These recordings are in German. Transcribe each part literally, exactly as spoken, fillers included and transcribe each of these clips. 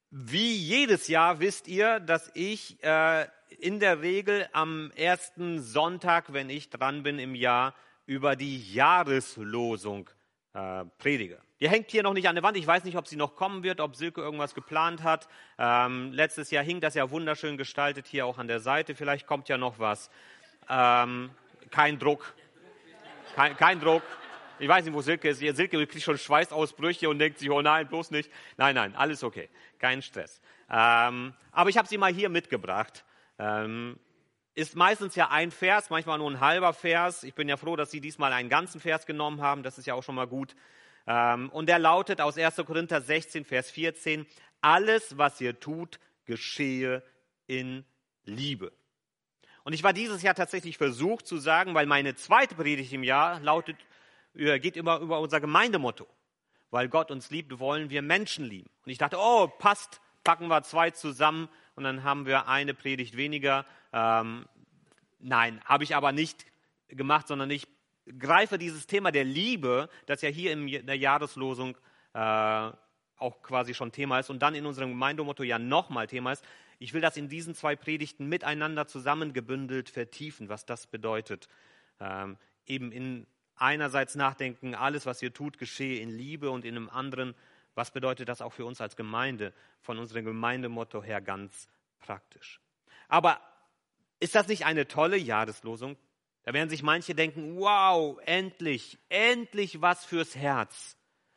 Wie jedes Jahr wisst ihr, dass ich äh, in der Regel am ersten Sonntag, wenn ich dran bin im Jahr, über die Jahreslosung äh, predige. Die hängt hier noch nicht an der Wand. Ich weiß nicht, ob sie noch kommen wird, ob Silke irgendwas geplant hat. Ähm, letztes Jahr hing das ja wunderschön gestaltet hier auch an der Seite. Vielleicht kommt ja noch was. Ähm, kein Druck. Kein, kein Druck. Ich weiß nicht, wo Silke ist. Silke kriegt schon Schweißausbrüche und denkt sich, oh nein, bloß nicht. Nein, nein, alles okay. Kein Stress. Ähm, aber ich habe sie mal hier mitgebracht. Ähm, ist meistens ja ein Vers, manchmal nur ein halber Vers. Ich bin ja froh, dass Sie diesmal einen ganzen Vers genommen haben. Das ist ja auch schon mal gut. Ähm, und der lautet aus erster Korinther sechzehn, Vers vierzehn. Alles, was ihr tut, geschehe in Liebe. Und ich war dieses Jahr tatsächlich versucht zu sagen, weil meine zweite Predigt im Jahr lautet, geht immer über unser Gemeindemotto. Weil Gott uns liebt, wollen wir Menschen lieben. Und ich dachte, oh, passt, packen wir zwei zusammen und dann haben wir eine Predigt weniger. Ähm, nein, habe ich aber nicht gemacht, sondern ich greife dieses Thema der Liebe, das ja hier in der Jahreslosung äh, auch quasi schon Thema ist und dann in unserem Gemeindemotto ja nochmal Thema ist. Ich will das in diesen zwei Predigten miteinander zusammengebündelt vertiefen, was das bedeutet. Ähm, eben in einerseits nachdenken, alles, was ihr tut, geschehe in Liebe und in einem anderen, was bedeutet das auch für uns als Gemeinde, von unserem Gemeindemotto her ganz praktisch. Aber ist das nicht eine tolle Jahreslosung? Da werden sich manche denken, wow, endlich, endlich was fürs Herz.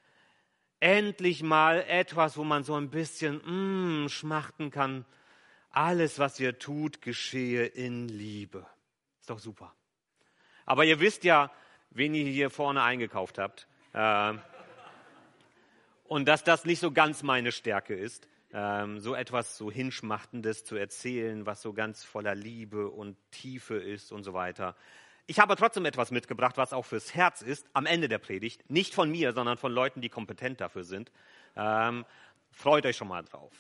Endlich mal etwas, wo man so ein bisschen mm, schmachten kann. Alles, was ihr tut, geschehe in Liebe. Ist doch super. Aber ihr wisst ja, wen ihr hier vorne eingekauft habt. Äh, und dass das nicht so ganz meine Stärke ist, ähm, so etwas so Hinschmachtendes zu erzählen, was so ganz voller Liebe und Tiefe ist und so weiter. Ich habe trotzdem etwas mitgebracht, was auch fürs Herz ist, am Ende der Predigt. Nicht von mir, sondern von Leuten, die kompetent dafür sind. Ähm, freut euch schon mal drauf.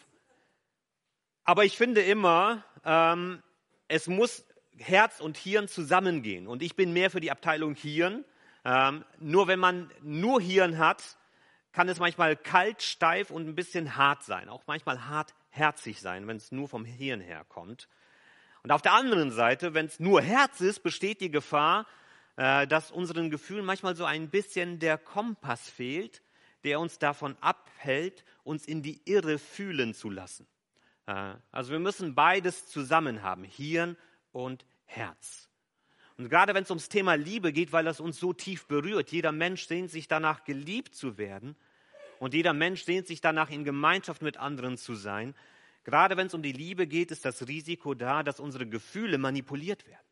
Aber ich finde immer, ähm, es muss Herz und Hirn zusammengehen. Und ich bin mehr für die Abteilung Hirn. Ähm, nur wenn man nur Hirn hat, kann es manchmal kalt, steif und ein bisschen hart sein. Auch manchmal hartherzig sein, wenn es nur vom Hirn her kommt. Und auf der anderen Seite, wenn es nur Herz ist, besteht die Gefahr, äh, dass unseren Gefühlen manchmal so ein bisschen der Kompass fehlt, der uns davon abhält, uns in die Irre fühlen zu lassen. Äh, also wir müssen beides zusammen haben, Hirn und Herz. Und gerade wenn es ums Thema Liebe geht, weil das uns so tief berührt, jeder Mensch sehnt sich danach, geliebt zu werden und jeder Mensch sehnt sich danach, in Gemeinschaft mit anderen zu sein. Gerade wenn es um die Liebe geht, ist das Risiko da, dass unsere Gefühle manipuliert werden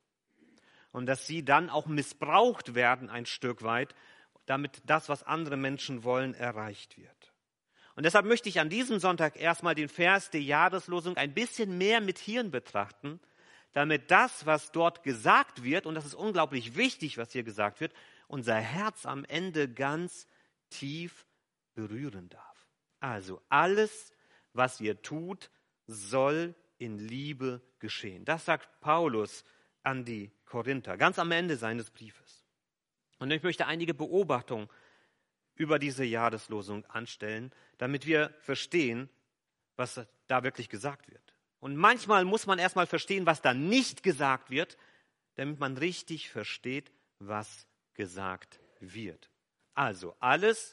und dass sie dann auch missbraucht werden ein Stück weit, damit das, was andere Menschen wollen, erreicht wird. Und deshalb möchte ich an diesem Sonntag erstmal den Vers der Jahreslosung ein bisschen mehr mit Hirn betrachten, damit das, was dort gesagt wird, und das ist unglaublich wichtig, was hier gesagt wird, unser Herz am Ende ganz tief berühren darf. Also alles, was ihr tut, soll in Liebe geschehen. Das sagt Paulus an die Korinther, ganz am Ende seines Briefes. Und ich möchte einige Beobachtungen über diese Jahreslosung anstellen, damit wir verstehen, was da wirklich gesagt wird. Und manchmal muss man erstmal verstehen, was da nicht gesagt wird, damit man richtig versteht, was gesagt wird. Also alles,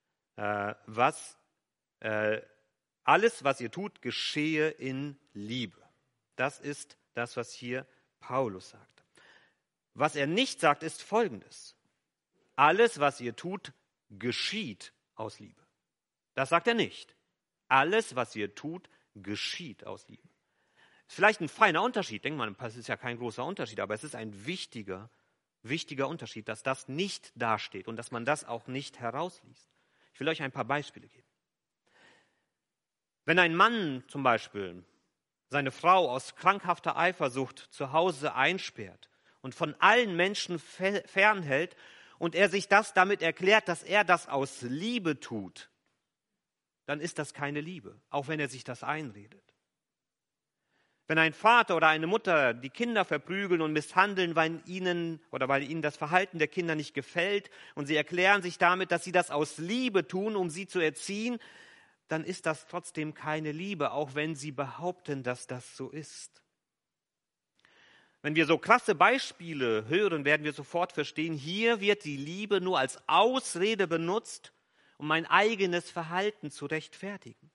äh, was, äh, alles, was ihr tut, geschehe in Liebe. Das ist das, was hier Paulus sagt. Was er nicht sagt, ist Folgendes. Alles, was ihr tut, geschieht aus Liebe. Das sagt er nicht. Alles, was ihr tut, geschieht aus Liebe. Ist vielleicht ein feiner Unterschied, denkt man, das ist ja kein großer Unterschied, aber es ist ein wichtiger, wichtiger Unterschied, dass das nicht dasteht und dass man das auch nicht herausliest. Ich will euch ein paar Beispiele geben. Wenn ein Mann zum Beispiel seine Frau aus krankhafter Eifersucht zu Hause einsperrt und von allen Menschen fernhält und er sich das damit erklärt, dass er das aus Liebe tut, dann ist das keine Liebe, auch wenn er sich das einredet. Wenn ein Vater oder eine Mutter die Kinder verprügeln und misshandeln, weil ihnen oder weil ihnen das Verhalten der Kinder nicht gefällt und sie erklären sich damit, dass sie das aus Liebe tun, um sie zu erziehen, dann ist das trotzdem keine Liebe, auch wenn sie behaupten, dass das so ist. Wenn wir so krasse Beispiele hören, werden wir sofort verstehen, hier wird die Liebe nur als Ausrede benutzt, um mein eigenes Verhalten zu rechtfertigen.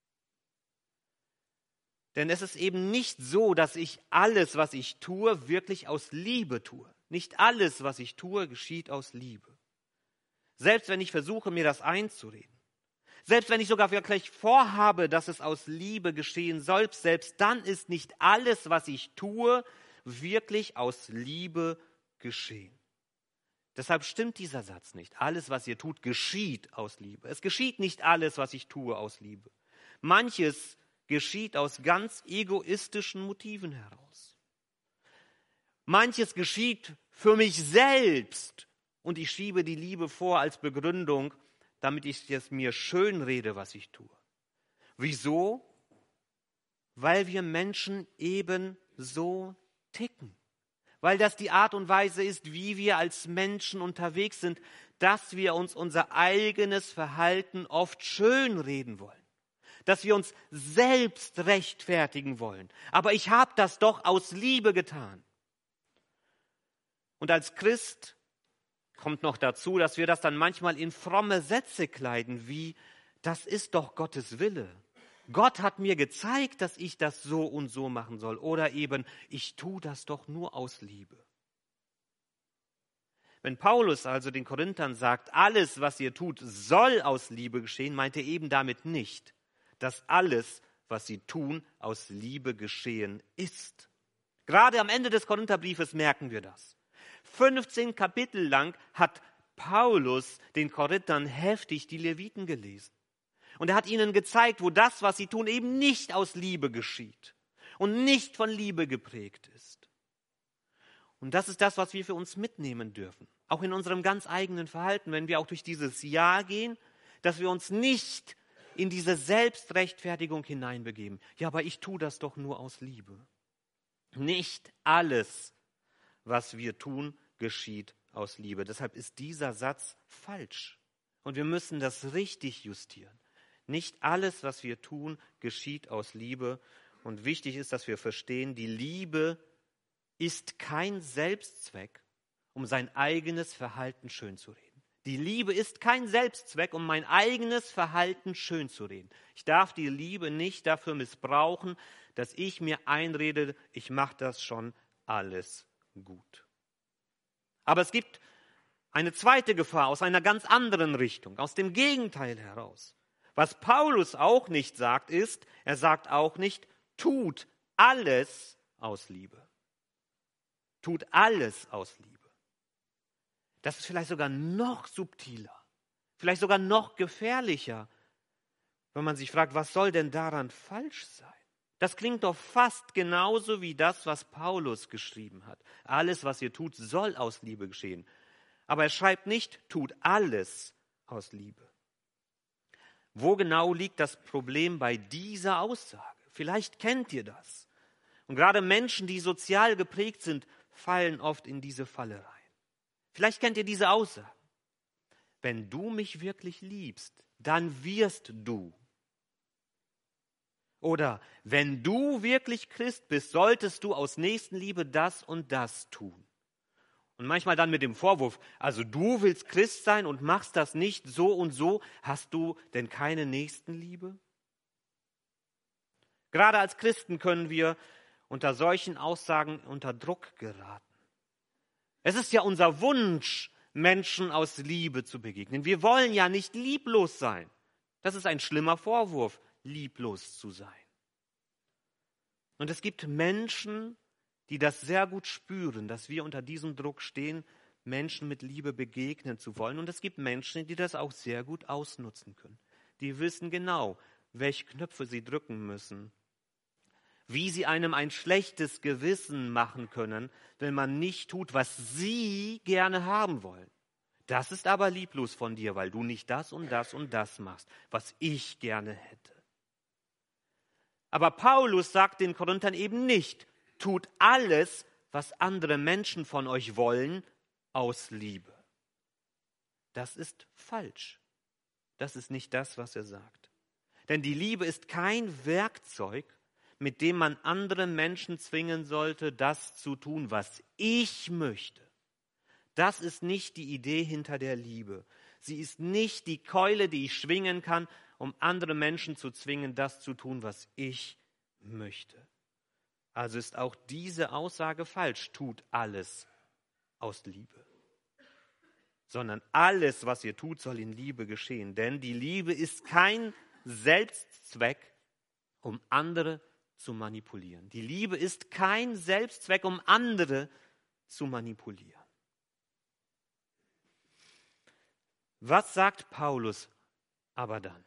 Denn es ist eben nicht so, dass ich alles, was ich tue, wirklich aus Liebe tue. Nicht alles, was ich tue, geschieht aus Liebe. Selbst wenn ich versuche, mir das einzureden. Selbst wenn ich sogar wirklich vorhabe, dass es aus Liebe geschehen soll, selbst dann ist nicht alles, was ich tue, wirklich aus Liebe geschehen. Deshalb stimmt dieser Satz nicht. Alles, was ihr tut, geschieht aus Liebe. Es geschieht nicht alles, was ich tue, aus Liebe. Manches geschieht aus ganz egoistischen Motiven heraus. Manches geschieht für mich selbst und ich schiebe die Liebe vor als Begründung, damit ich es mir schönrede, was ich tue. Wieso? Weil wir Menschen eben so ticken. Weil das die Art und Weise ist, wie wir als Menschen unterwegs sind, dass wir uns unser eigenes Verhalten oft schönreden wollen. Dass wir uns selbst rechtfertigen wollen. Aber ich habe das doch aus Liebe getan. Und als Christ kommt noch dazu, dass wir das dann manchmal in fromme Sätze kleiden, wie, das ist doch Gottes Wille. Gott hat mir gezeigt, dass ich das so und so machen soll. Oder eben, ich tue das doch nur aus Liebe. Wenn Paulus also den Korinthern sagt, alles, was ihr tut, soll aus Liebe geschehen, meint er eben damit nicht, dass alles, was sie tun, aus Liebe geschehen ist. Gerade am Ende des Korintherbriefes merken wir das. fünfzehn Kapitel lang hat Paulus den Korinthern heftig die Leviten gelesen. Und er hat ihnen gezeigt, wo das, was sie tun, eben nicht aus Liebe geschieht und nicht von Liebe geprägt ist. Und das ist das, was wir für uns mitnehmen dürfen. Auch in unserem ganz eigenen Verhalten, wenn wir auch durch dieses Jahr gehen, dass wir uns nicht in diese Selbstrechtfertigung hineinbegeben. Ja, aber ich tue das doch nur aus Liebe. Nicht alles, was wir tun, geschieht aus Liebe. Deshalb ist dieser Satz falsch. Und wir müssen das richtig justieren. Nicht alles, was wir tun, geschieht aus Liebe. Und wichtig ist, dass wir verstehen, die Liebe ist kein Selbstzweck, um sein eigenes Verhalten schönzureden. Die Liebe ist kein Selbstzweck, um mein eigenes Verhalten schönzureden. Ich darf die Liebe nicht dafür missbrauchen, dass ich mir einrede, ich mache das schon alles gut. Aber es gibt eine zweite Gefahr aus einer ganz anderen Richtung, aus dem Gegenteil heraus. Was Paulus auch nicht sagt, ist, er sagt auch nicht, tut alles aus Liebe. Tut alles aus Liebe. Das ist vielleicht sogar noch subtiler, vielleicht sogar noch gefährlicher, wenn man sich fragt, was soll denn daran falsch sein? Das klingt doch fast genauso wie das, was Paulus geschrieben hat. Alles, was ihr tut, soll aus Liebe geschehen. Aber er schreibt nicht, tut alles aus Liebe. Wo genau liegt das Problem bei dieser Aussage? Vielleicht kennt ihr das. Und gerade Menschen, die sozial geprägt sind, fallen oft in diese Falle rein. Vielleicht kennt ihr diese Aussage. Wenn du mich wirklich liebst, dann wirst du. Oder wenn du wirklich Christ bist, solltest du aus Nächstenliebe das und das tun. Und manchmal dann mit dem Vorwurf, also du willst Christ sein und machst das nicht so und so, hast du denn keine Nächstenliebe? Gerade als Christen können wir unter solchen Aussagen unter Druck geraten. Es ist ja unser Wunsch, Menschen aus Liebe zu begegnen. Wir wollen ja nicht lieblos sein. Das ist ein schlimmer Vorwurf, lieblos zu sein. Und es gibt Menschen, die das sehr gut spüren, dass wir unter diesem Druck stehen, Menschen mit Liebe begegnen zu wollen. Und es gibt Menschen, die das auch sehr gut ausnutzen können. Die wissen genau, welche Knöpfe sie drücken müssen, wie sie einem ein schlechtes Gewissen machen können, wenn man nicht tut, was sie gerne haben wollen. Das ist aber lieblos von dir, weil du nicht das und das und das machst, was ich gerne hätte. Aber Paulus sagt den Korinthern eben nicht, tut alles, was andere Menschen von euch wollen, aus Liebe. Das ist falsch. Das ist nicht das, was er sagt. Denn die Liebe ist kein Werkzeug, mit dem man andere Menschen zwingen sollte, das zu tun, was ich möchte. Das ist nicht die Idee hinter der Liebe. Sie ist nicht die Keule, die ich schwingen kann, um andere Menschen zu zwingen, das zu tun, was ich möchte. Also ist auch diese Aussage falsch, tut alles aus Liebe. Sondern alles, was ihr tut, soll in Liebe geschehen. Denn die Liebe ist kein Selbstzweck, um andere zu manipulieren. Die Liebe ist kein Selbstzweck, um andere zu manipulieren. Was sagt Paulus aber dann?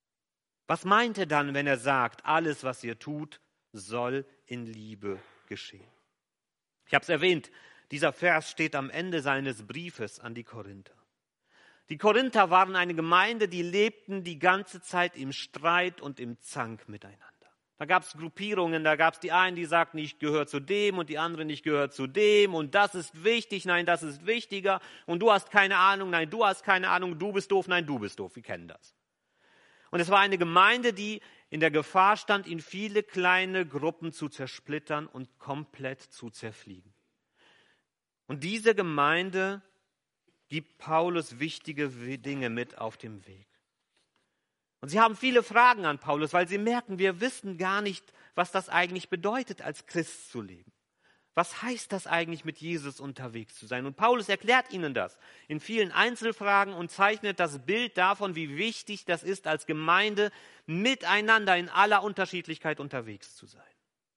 Was meint er dann, wenn er sagt, alles, was ihr tut, soll in Liebe geschehen? Ich habe es erwähnt, dieser Vers steht am Ende seines Briefes an die Korinther. Die Korinther waren eine Gemeinde, die lebten die ganze Zeit im Streit und im Zank miteinander. Da gab es Gruppierungen, da gab es die einen, die sagten, ich gehöre zu dem und die anderen, ich gehöre zu dem und das ist wichtig, nein, das ist wichtiger und du hast keine Ahnung, nein, du hast keine Ahnung, du bist doof, nein, du bist doof, wir kennen das. Und es war eine Gemeinde, die in der Gefahr stand, in viele kleine Gruppen zu zersplittern und komplett zu zerfliegen. Und diese Gemeinde gibt Paulus wichtige Dinge mit auf dem Weg. Und sie haben viele Fragen an Paulus, weil sie merken, wir wissen gar nicht, was das eigentlich bedeutet, als Christ zu leben. Was heißt das eigentlich, mit Jesus unterwegs zu sein? Und Paulus erklärt ihnen das in vielen Einzelfragen und zeichnet das Bild davon, wie wichtig das ist, als Gemeinde miteinander in aller Unterschiedlichkeit unterwegs zu sein.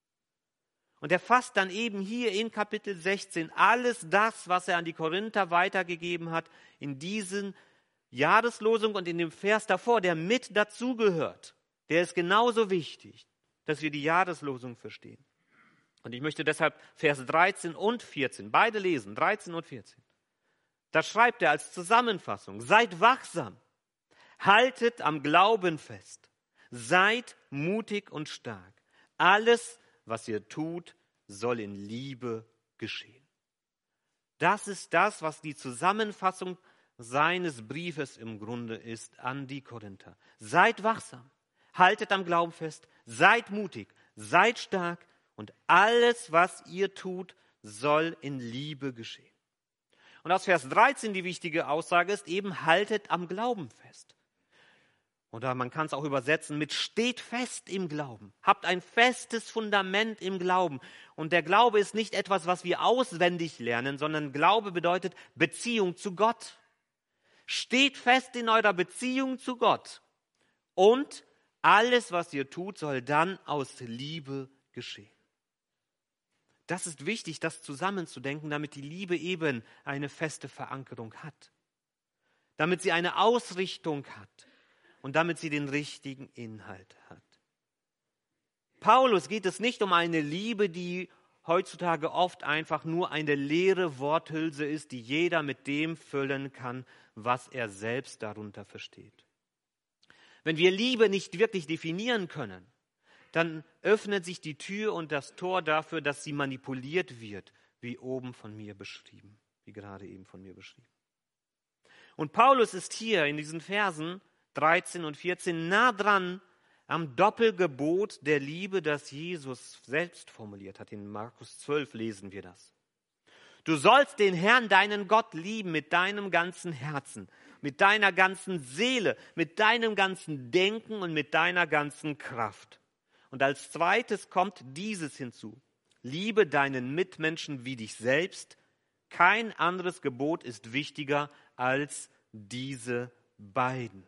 Und er fasst dann eben hier in Kapitel sechzehn alles das, was er an die Korinther weitergegeben hat, in diesen Jahreslosung und in dem Vers davor, der mit dazugehört. Der ist genauso wichtig, dass wir die Jahreslosung verstehen. Und ich möchte deshalb Vers dreizehn und vierzehn, beide lesen, dreizehn und vierzehn. Da schreibt er als Zusammenfassung, seid wachsam, haltet am Glauben fest, seid mutig und stark. Alles, was ihr tut, soll in Liebe geschehen. Das ist das, was die Zusammenfassung seines Briefes im Grunde ist an die Korinther. Seid wachsam, haltet am Glauben fest, seid mutig, seid stark und alles, was ihr tut, soll in Liebe geschehen. Und aus Vers dreizehn die wichtige Aussage ist eben, haltet am Glauben fest. Oder man kann es auch übersetzen mit steht fest im Glauben. Habt ein festes Fundament im Glauben. Und der Glaube ist nicht etwas, was wir auswendig lernen, sondern Glaube bedeutet Beziehung zu Gott. Steht fest in eurer Beziehung zu Gott. Und alles, was ihr tut, soll dann aus Liebe geschehen. Das ist wichtig, das zusammenzudenken, damit die Liebe eben eine feste Verankerung hat. Damit sie eine Ausrichtung hat. Und damit sie den richtigen Inhalt hat. Paulus geht es nicht um eine Liebe, die heutzutage oft einfach nur eine leere Worthülse ist, die jeder mit dem füllen kann, was er selbst darunter versteht. Wenn wir Liebe nicht wirklich definieren können, dann öffnet sich die Tür und das Tor dafür, dass sie manipuliert wird, wie oben von mir beschrieben, wie gerade eben von mir beschrieben. Und Paulus ist hier in diesen Versen dreizehn und vierzehn nah dran am Doppelgebot der Liebe, das Jesus selbst formuliert hat. In Markus zwölf lesen wir das. Du sollst den Herrn, deinen Gott, lieben mit deinem ganzen Herzen, mit deiner ganzen Seele, mit deinem ganzen Denken und mit deiner ganzen Kraft. Und als zweites kommt dieses hinzu. Liebe deinen Mitmenschen wie dich selbst. Kein anderes Gebot ist wichtiger als diese beiden.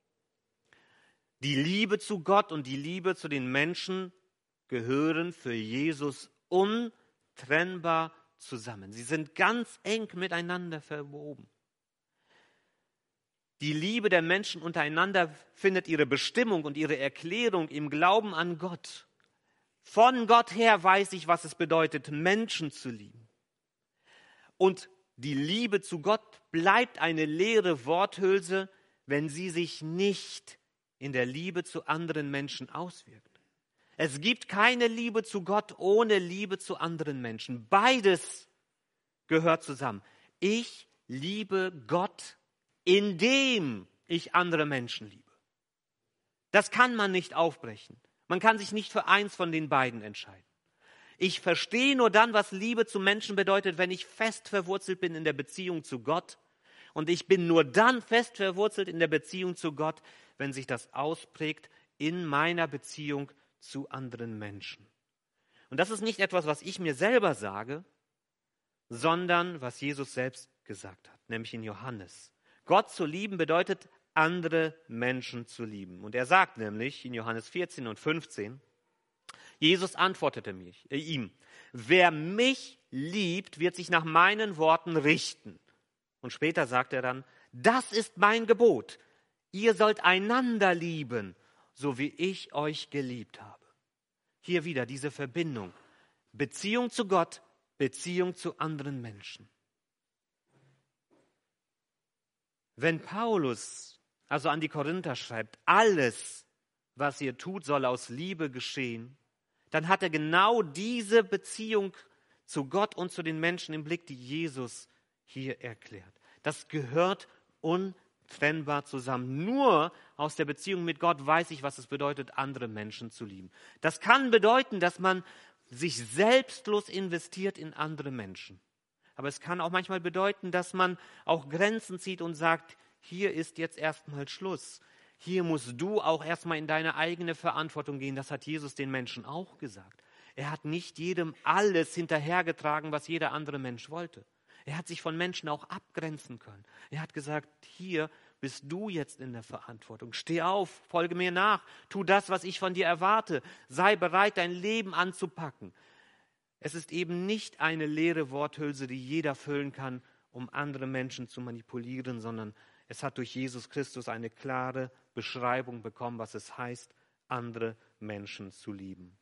Die Liebe zu Gott und die Liebe zu den Menschen gehören für Jesus untrennbar zusammen. Sie sind ganz eng miteinander verwoben. Die Liebe der Menschen untereinander findet ihre Bestimmung und ihre Erklärung im Glauben an Gott. Von Gott her weiß ich, was es bedeutet, Menschen zu lieben. Und die Liebe zu Gott bleibt eine leere Worthülse, wenn sie sich nicht in der Liebe zu anderen Menschen auswirkt. Es gibt keine Liebe zu Gott ohne Liebe zu anderen Menschen. Beides gehört zusammen. Ich liebe Gott, indem ich andere Menschen liebe. Das kann man nicht aufbrechen. Man kann sich nicht für eins von den beiden entscheiden. Ich verstehe nur dann, was Liebe zu Menschen bedeutet, wenn ich fest verwurzelt bin in der Beziehung zu Gott. Und ich bin nur dann fest verwurzelt in der Beziehung zu Gott, wenn sich das ausprägt in meiner Beziehung zu anderen Menschen. Und das ist nicht etwas, was ich mir selber sage, sondern was Jesus selbst gesagt hat, nämlich in Johannes. Gott zu lieben bedeutet, andere Menschen zu lieben. Und er sagt nämlich in Johannes vierzehn und fünfzehn, Jesus antwortete mich, äh, ihm, wer mich liebt, wird sich nach meinen Worten richten. Und später sagt er dann, das ist mein Gebot. Ihr sollt einander lieben, so wie ich euch geliebt habe. Hier wieder diese Verbindung. Beziehung zu Gott, Beziehung zu anderen Menschen. Wenn Paulus also an die Korinther schreibt, alles, was ihr tut, soll aus Liebe geschehen, dann hat er genau diese Beziehung zu Gott und zu den Menschen im Blick, die Jesus hier erklärt. Das gehört untrennbar zusammen. Nur aus der Beziehung mit Gott weiß ich, was es bedeutet, andere Menschen zu lieben. Das kann bedeuten, dass man sich selbstlos investiert in andere Menschen. Aber es kann auch manchmal bedeuten, dass man auch Grenzen zieht und sagt, hier ist jetzt erstmal Schluss. Hier musst du auch erstmal in deine eigene Verantwortung gehen. Das hat Jesus den Menschen auch gesagt. Er hat nicht jedem alles hinterhergetragen, was jeder andere Mensch wollte. Er hat sich von Menschen auch abgrenzen können. Er hat gesagt, hier bist du jetzt in der Verantwortung. Steh auf, folge mir nach, tu das, was ich von dir erwarte. Sei bereit, dein Leben anzupacken. Es ist eben nicht eine leere Worthülse, die jeder füllen kann, um andere Menschen zu manipulieren, sondern es hat durch Jesus Christus eine klare Beschreibung bekommen, was es heißt, andere Menschen zu lieben.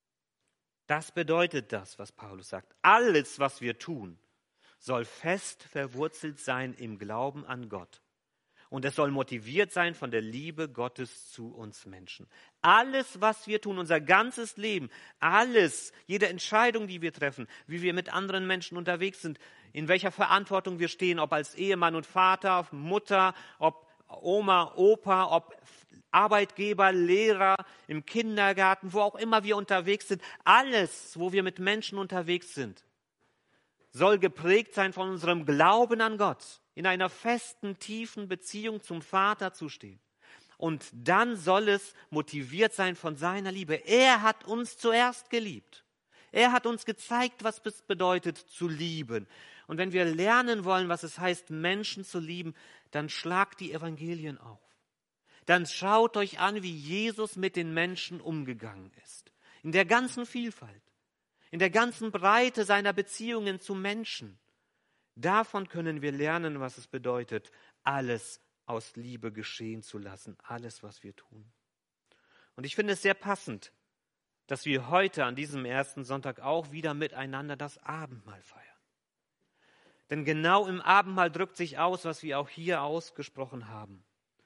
Das bedeutet das, was Paulus sagt. Alles, was wir tun, soll fest verwurzelt sein im Glauben an Gott. Und es soll motiviert sein von der Liebe Gottes zu uns Menschen. Alles, was wir tun, unser ganzes Leben, alles, jede Entscheidung, die wir treffen, wie wir mit anderen Menschen unterwegs sind, in welcher Verantwortung wir stehen, ob als Ehemann und Vater, Mutter, ob Oma, Opa, ob Arbeitgeber, Lehrer, im Kindergarten, wo auch immer wir unterwegs sind, alles, wo wir mit Menschen unterwegs sind, soll geprägt sein von unserem Glauben an Gott, in einer festen, tiefen Beziehung zum Vater zu stehen. Und dann soll es motiviert sein von seiner Liebe. Er hat uns zuerst geliebt. Er hat uns gezeigt, was es bedeutet, zu lieben. Und wenn wir lernen wollen, was es heißt, Menschen zu lieben, dann schlagt die Evangelien auf. Dann schaut euch an, wie Jesus mit den Menschen umgegangen ist. In der ganzen Vielfalt. In der ganzen Breite seiner Beziehungen zu Menschen. Davon können wir lernen, was es bedeutet, alles aus Liebe geschehen zu lassen, alles, was wir tun. Und ich finde es sehr passend, dass wir heute an diesem ersten Sonntag auch wieder miteinander das Abendmahl feiern. Denn genau im Abendmahl drückt sich aus, was wir auch hier ausgesprochen haben.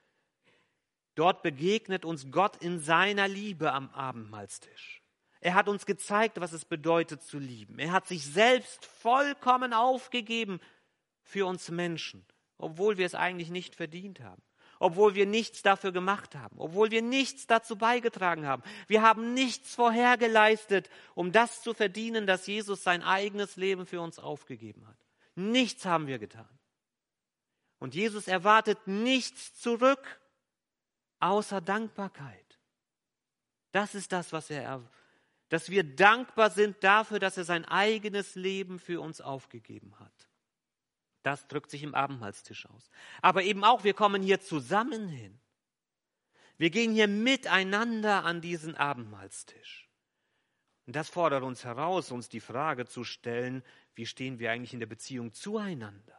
Dort begegnet uns Gott in seiner Liebe am Abendmahlstisch. Er hat uns gezeigt, was es bedeutet zu lieben. Er hat sich selbst vollkommen aufgegeben für uns Menschen, obwohl wir es eigentlich nicht verdient haben, obwohl wir nichts dafür gemacht haben, obwohl wir nichts dazu beigetragen haben. Wir haben nichts vorher geleistet, um das zu verdienen, dass Jesus sein eigenes Leben für uns aufgegeben hat. Nichts haben wir getan. Und Jesus erwartet nichts zurück, außer Dankbarkeit. Das ist das, was er erwartet. Dass wir dankbar sind dafür, dass er sein eigenes Leben für uns aufgegeben hat. Das drückt sich im Abendmahlstisch aus. Aber eben auch, wir kommen hier zusammen hin. Wir gehen hier miteinander an diesen Abendmahlstisch. Und das fordert uns heraus, uns die Frage zu stellen, wie stehen wir eigentlich in der Beziehung zueinander?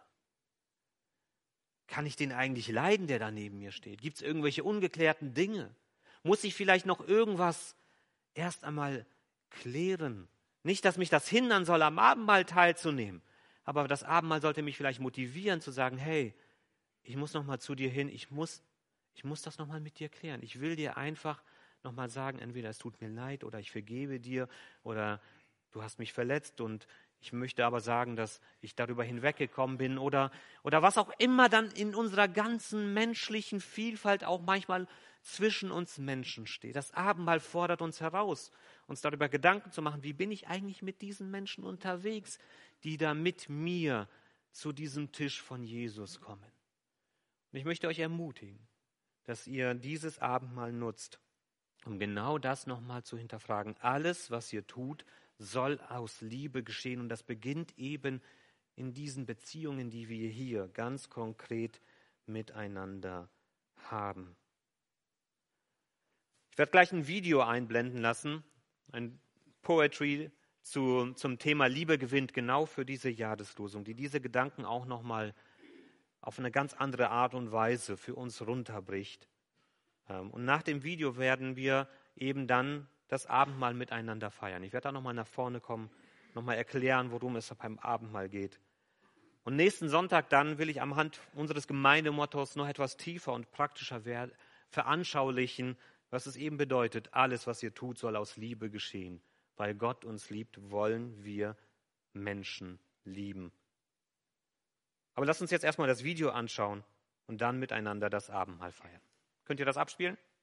Kann ich den eigentlich leiden, der da neben mir steht? Gibt es irgendwelche ungeklärten Dinge? Muss ich vielleicht noch irgendwas erst einmal klären? Nicht, dass mich das hindern soll, am Abendmahl teilzunehmen, aber das Abendmahl sollte mich vielleicht motivieren, zu sagen, hey, ich muss noch mal zu dir hin, ich muss, ich muss das noch mal mit dir klären. Ich will dir einfach noch mal sagen, entweder es tut mir leid oder ich vergebe dir oder du hast mich verletzt und ich möchte aber sagen, dass ich darüber hinweggekommen bin oder, oder was auch immer dann in unserer ganzen menschlichen Vielfalt auch manchmal zwischen uns Menschen steht. Das Abendmahl fordert uns heraus, uns darüber Gedanken zu machen, wie bin ich eigentlich mit diesen Menschen unterwegs, die da mit mir zu diesem Tisch von Jesus kommen. Und ich möchte euch ermutigen, dass ihr dieses Abendmahl nutzt, um genau das nochmal zu hinterfragen. Alles, was ihr tut, soll aus Liebe geschehen. Und das beginnt eben in diesen Beziehungen, die wir hier ganz konkret miteinander haben. Ich werde gleich ein Video einblenden lassen, ein Poetry zu, zum Thema Liebe gewinnt, genau für diese Jahreslosung, die diese Gedanken auch nochmal auf eine ganz andere Art und Weise für uns runterbricht. Und nach dem Video werden wir eben dann das Abendmahl miteinander feiern. Ich werde da nochmal nach vorne kommen, nochmal erklären, worum es beim Abendmahl geht. Und nächsten Sonntag dann will ich am Hand unseres Gemeindemottos noch etwas tiefer und praktischer veranschaulichen, was es eben bedeutet, alles, was ihr tut, soll aus Liebe geschehen. Weil Gott uns liebt, wollen wir Menschen lieben. Aber lasst uns jetzt erstmal das Video anschauen und dann miteinander das Abendmahl feiern. Könnt ihr das abspielen?